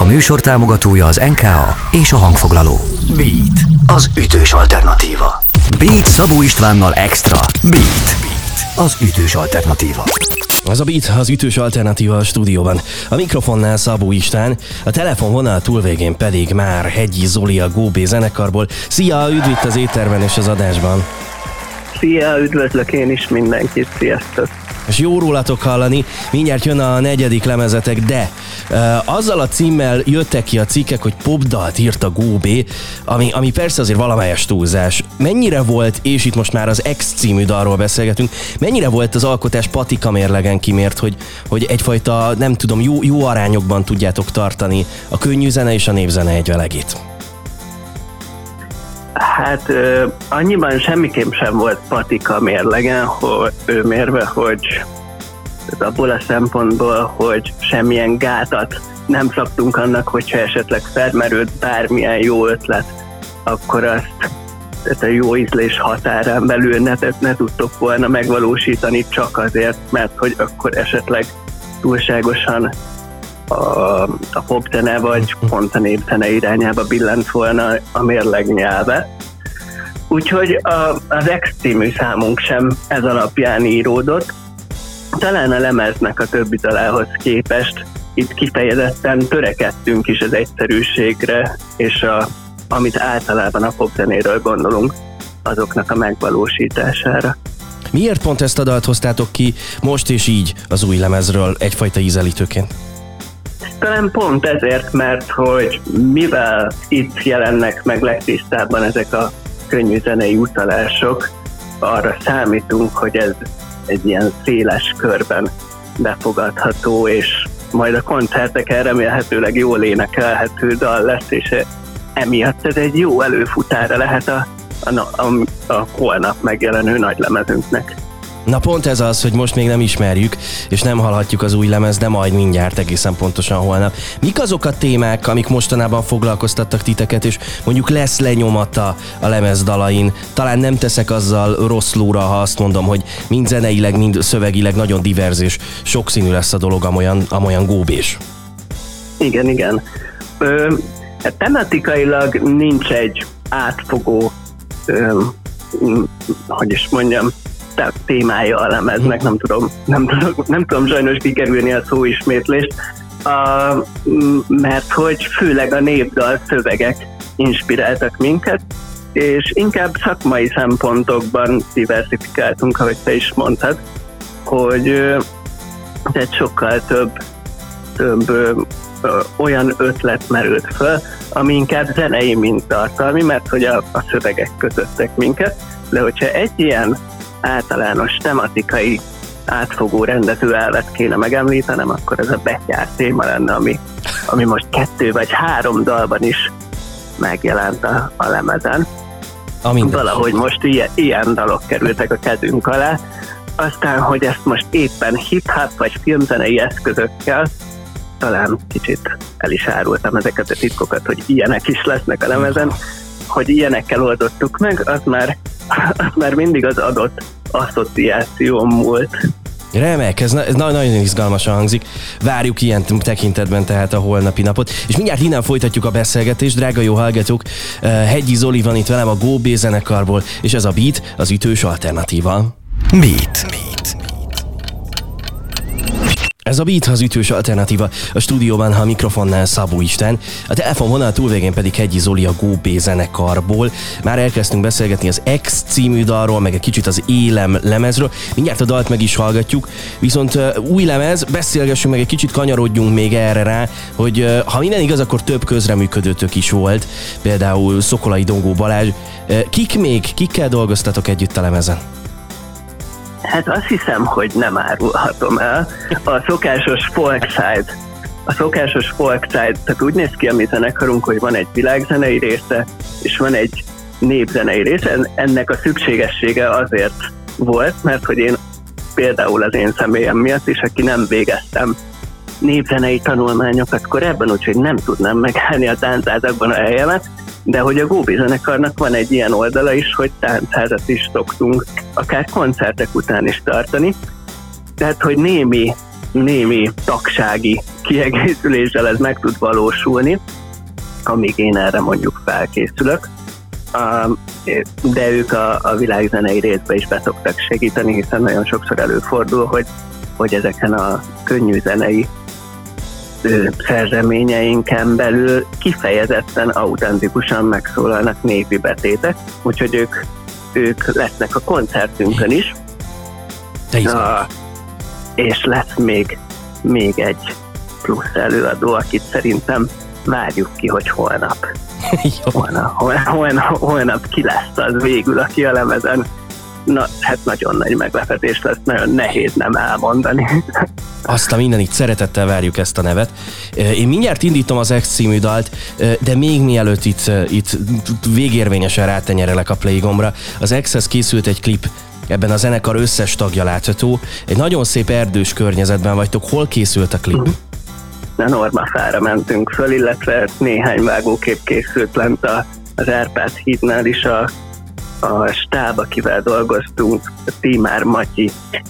műsor támogatója az NKA és a hangfoglaló. Beat, az ütős alternatíva. Beat Szabó Istvánnal extra. Beat, az ütős alternatíva. Az a Beat, az ütős alternatíva a stúdióban. A mikrofonnál Szabó István, a telefonvonal túlvégén pedig már Hegyi Zoli a Go B zenekarból. Szia, üdv itt az étterben és az adásban. Szia, üdvözlök én is mindenkit, sziasztok! És jó rólatok hallani, mindjárt jön a 4. lemezetek, de azzal a címmel jöttek ki a cikkek, hogy popdalt írt a Go B, ami persze azért valamelyes túlzás. Mennyire volt, és itt most már az X című dalról beszélgetünk, mennyire volt az alkotás patika mérlegen kimért, hogy egyfajta, nem tudom, jó arányokban tudjátok tartani a könnyű zene és a népzene egyvelegét? Hát annyiban semmiképp sem volt patika mérlegen, hogy mérve, hogy abból a szempontból, hogy semmilyen gátat nem szabtunk annak, hogyha esetleg felmerült bármilyen jó ötlet, akkor azt tehát a jó ízlés határán belül ne tudtok volna megvalósítani csak azért, mert hogy akkor esetleg túlságosan a popzene vagy pont a népzene irányába billent volna a mérleg nyelve. Úgyhogy az X című számunk sem ez alapján íródott. Talán a lemeznek a többi dalához képest itt kifejezetten törekedtünk is az egyszerűségre, és amit általában a popzenéről gondolunk, azoknak a megvalósítására. Miért pont ezt a dalt hoztátok ki most és így az új lemezről egyfajta ízelítőként? Talán pont ezért, mert hogy mivel itt jelennek meg legtisztábban ezek a könnyű zenei utalások, arra számítunk, hogy ez egy ilyen széles körben befogadható, és majd a koncerteken remélhetőleg jól énekelhető dal lesz, és emiatt ez egy jó előfutára lehet a holnap megjelenő nagylemezünknek. Na pont ez az, hogy most még nem ismerjük, és nem hallhatjuk az új lemez, de majd mindjárt egészen pontosan holnap. Mik azok a témák, amik mostanában foglalkoztattak titeket, és mondjuk lesz lenyomata a lemez dalain? Talán nem teszek azzal rossz lóra, ha azt mondom, hogy mind zeneileg, mind szövegileg nagyon diverz és sokszínű lesz a dolog, amolyan Go B-s. Igen. Tematikailag nincs egy átfogó, hogy is mondjam, témája a lemeznek, nem tudom sajnos kikerülni a szóismétlést, mert hogy főleg a népdal szövegek inspiráltak minket, és inkább szakmai szempontokban diversifikáltunk, ahogy te is mondtad, hogy egy sokkal több olyan ötlet merült föl, ami inkább zenei, mint tartalmi, mert hogy a szövegek kötöttek minket, de hogyha egy ilyen általános tematikai átfogó rendező elvet kéne megemlítenem, akkor ez a betyár téma lenne, ami most 2 vagy 3 dalban is megjelent a lemezen. Valahogy most ilyen dalok kerültek a kezünk alá. Aztán, hogy ezt most éppen hip-hop vagy filmzenei eszközökkel, talán kicsit el is árultam ezeket a titkokat, hogy ilyenek is lesznek a lemezen, hogy ilyenekkel oldottuk meg, az már mindig az adott asszociációm volt. Remek, ez nagyon izgalmasan hangzik. Várjuk ilyen tekintetben tehát a holnapi napot. És mindjárt innen folytatjuk a beszélgetést, drága jó hallgatók. Hegyi Zoli van itt velem a Go B zenekarból, és ez a Beat, az ütős alternatíva. Beat. Ez a Beat, az ütős alternatíva, a stúdióban, a mikrofonnál Szabó István, a telefonvonal túlvégén pedig Hegyi Zoli a Go B zenekarból. Már elkezdtünk beszélgetni az X című dalról, meg egy kicsit az Élem lemezről. Mindjárt a dalt meg is hallgatjuk, viszont új lemez, beszélgessünk meg egy kicsit, kanyarodjunk még erre rá, hogy ha minden igaz, akkor több közreműködőtök is volt, például Szokolai Dongó Balázs. Kikkel dolgoztatok együtt a lemezen? Hát azt hiszem, hogy nem árulhatom el. A szokásos folkside, tehát úgy néz ki a mi zenekarunk, hogy van egy világzenei része, és van egy népzenei része. Ennek a szükségessége azért volt, mert hogy én például az én személyem miatt is, aki nem végeztem népzenei tanulmányokat korábban, úgyhogy nem tudnám megállni a táncázakban a helyemet, de hogy a Go B zenekarnak van egy ilyen oldala is, hogy táncházat is szoktunk akár koncertek után is tartani. Tehát, hogy némi némi tagsági kiegészüléssel ez meg tud valósulni, amíg én erre mondjuk felkészülök. De ők a világzenei részbe is be szoktak segíteni, hiszen nagyon sokszor előfordul, hogy ezeken a könnyű zenei szerzeményeinken belül kifejezetten autentikusan megszólalnak népi betétek, úgyhogy ők lesznek a koncertünkön is. És lesz még egy plusz előadó, akit szerintem várjuk ki, hogy holnap. holnap ki lesz az végül, aki a lemezen. Na, hát nagyon nagy meglepetés lesz, nagyon nehéz nem elmondani. Azt a mindenit, szeretettel várjuk ezt a nevet. Én mindjárt indítom az X című dalt, de még mielőtt itt végérvényesen rátenyerelek a play gombra, az X-hez készült egy klip, ebben a zenekar összes tagja látható. Egy nagyon szép erdős környezetben vagytok. Hol készült a klip? A Normafára mentünk föl, illetve néhány vágókép készült lent az Árpád hídnál is a stáb, akivel dolgoztunk, a Tímár Matyi,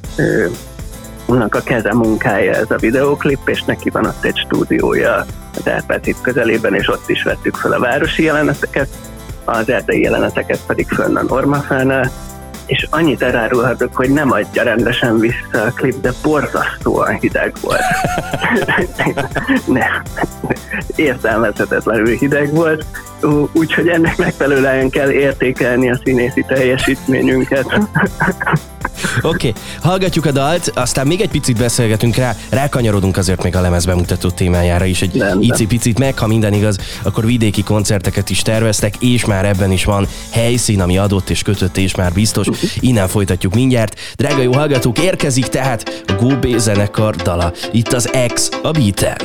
a keze munkája ez a videóklip, és neki van ott egy stúdiója az Árpád híd közelében, és ott is vettük fel a városi jeleneteket, az erdei jeleneteket pedig fönn a Normafánál, és annyit elárulhatok, hogy nem adja rendesen vissza a klip, de borzasztóan hideg volt. Értelmezhetetlenül hideg volt, úgyhogy ennek megfelelően kell értékelni a színészi teljesítményünket. Oké, hallgatjuk a dalt, aztán még egy picit beszélgetünk rákanyarodunk azért még a lemez bemutató témájára is egy icipicit meg, ha minden igaz, akkor vidéki koncerteket is terveztek, és már ebben is van helyszín, ami adott és kötött, és már biztos. Innen folytatjuk mindjárt. Drága jó hallgatók, érkezik tehát a Go B zenekar dala. Itt az X a Beaten.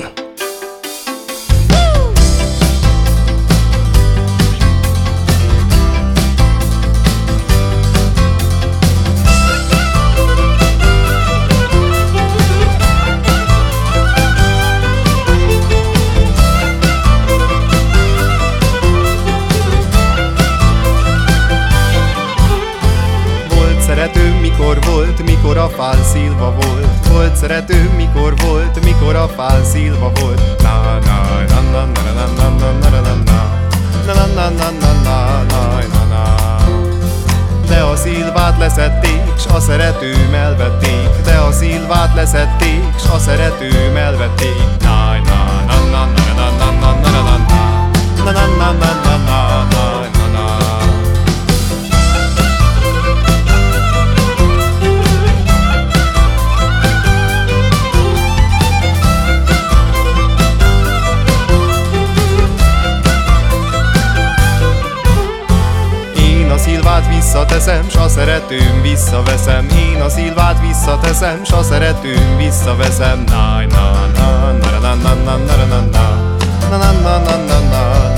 Mikor a fán szilva volt, volt szeretőm, mikor volt, mikor a fán szilva volt. Na na na na na na na na na na na na na na na na. De a szilvát leszették, s a szeretőm elvették. De a szilvát leszették, s a szeretőm elvették. Na na na na na na na na na na na na na na na na. Visszateszem, s a szeretőm visszaveszem. Én a szilvát visszateszem, s a szeretőm visszaveszem. Na na na na na na na na na na na na na na na.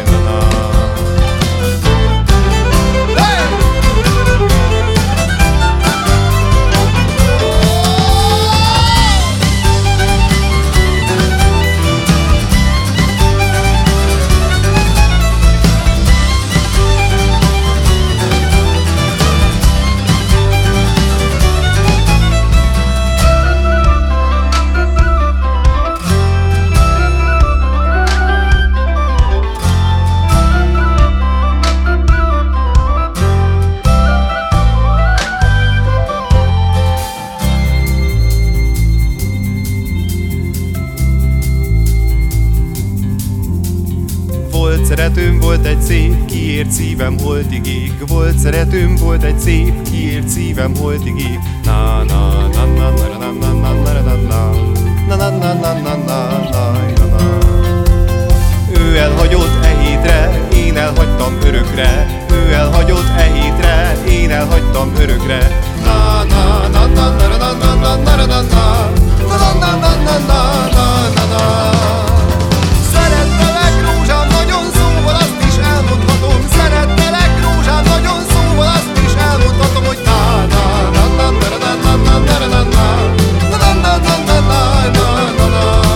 Szeretőm volt egy szép, kiért szívem holtigig. Volt szeretőm volt egy szép, kiért szívem holtigig. Na na na na na na na na na na na na na na na na. Ő elhagyott e hétre, én elhagytam örökre. Ő elhagyott e hétre, én elhagytam örökre. Na na na na na na na na na na na na na na na na. Szerettelek rózsám, nagyon szóval azt is elmondhatom. Szerettelek rózsám, nagyon szóval azt is elmondhatom, hogy na na na na na na na na na na na na na na na na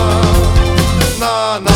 na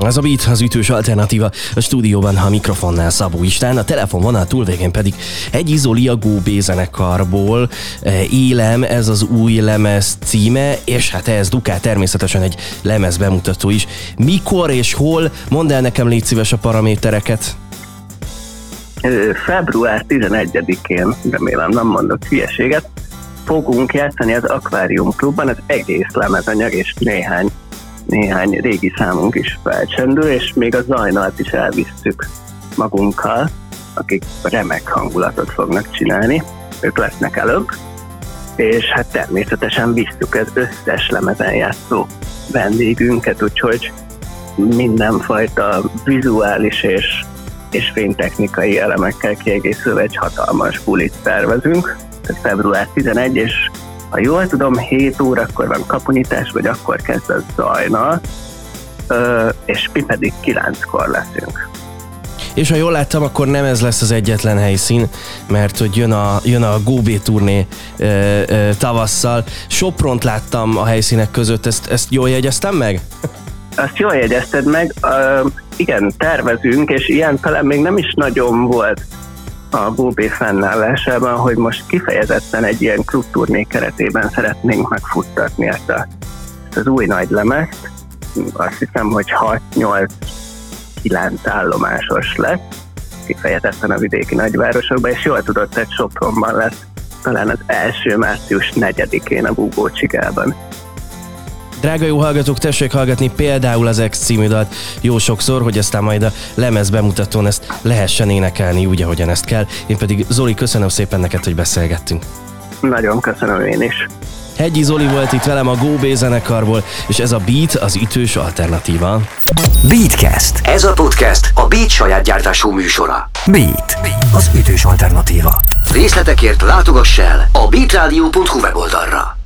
Ez a Beat, az ütős alternatíva. A stúdióban a mikrofonnál Szabó István, a telefonvonal túlvégén pedig Hegyi Zoli a Go B zenekarból. Élem, ez az új lemez címe, és hát ehhez dukál természetesen egy lemez bemutató is. Mikor és hol? Mondd el nekem, légy szíves, a paramétereket. Február 11-én, remélem nem mondok hülyeséget, fogunk játszani az Aquarium Klubban, az egész lemezanyag és néhány régi számunk is felcsendül, és még a Zajnalt is elvisszük magunkkal, akik remek hangulatot fognak csinálni, ők lesznek előbb, és hát természetesen visszük az összes lemezen játszó vendégünket, úgyhogy mindenfajta vizuális és fénytechnikai elemekkel kiegészülve egy hatalmas bulit tervezünk. Tehát február 11, és ha jól tudom, 7 órakor van kapunyítás, vagy akkor kezd a Zajnal, és mi pedig 9-kor leszünk. És ha jól láttam, akkor nem ez lesz az egyetlen helyszín, mert hogy jön a Go B turné tavasszal. Sopront láttam a helyszínek között, ezt jól jegyeztem meg? Azt jól jegyezted meg, igen, tervezünk, és ilyen talán még nem is nagyon volt a Go B fennállásában, hogy most kifejezetten egy ilyen klubturné keretében szeretnénk megfuttatni ezt az új nagy lemezt. Azt hiszem, hogy 6-8-9 állomásos lesz, kifejezetten a vidéki nagyvárosokban, és jól tudod, hogy Sopronban lesz talán az első március 4-én a Búgó Csigában. Drága jó hallgatók, tessék hallgatni például az X című dalt jó sokszor, hogy aztán majd a lemez bemutatón ezt lehessen énekelni úgy, ahogyan ezt kell. Én pedig, Zoli, köszönöm szépen neked, hogy beszélgettünk. Nagyon köszönöm én is. Hegyi Zoli volt itt velem a Go B zenekarból, és ez a Beat, az ütős alternatíva. Beatcast. Ez a podcast a Beat saját gyártású műsora. Beat, az ütős alternatíva. Részletekért látogass el a beatradio.hu weboldalra.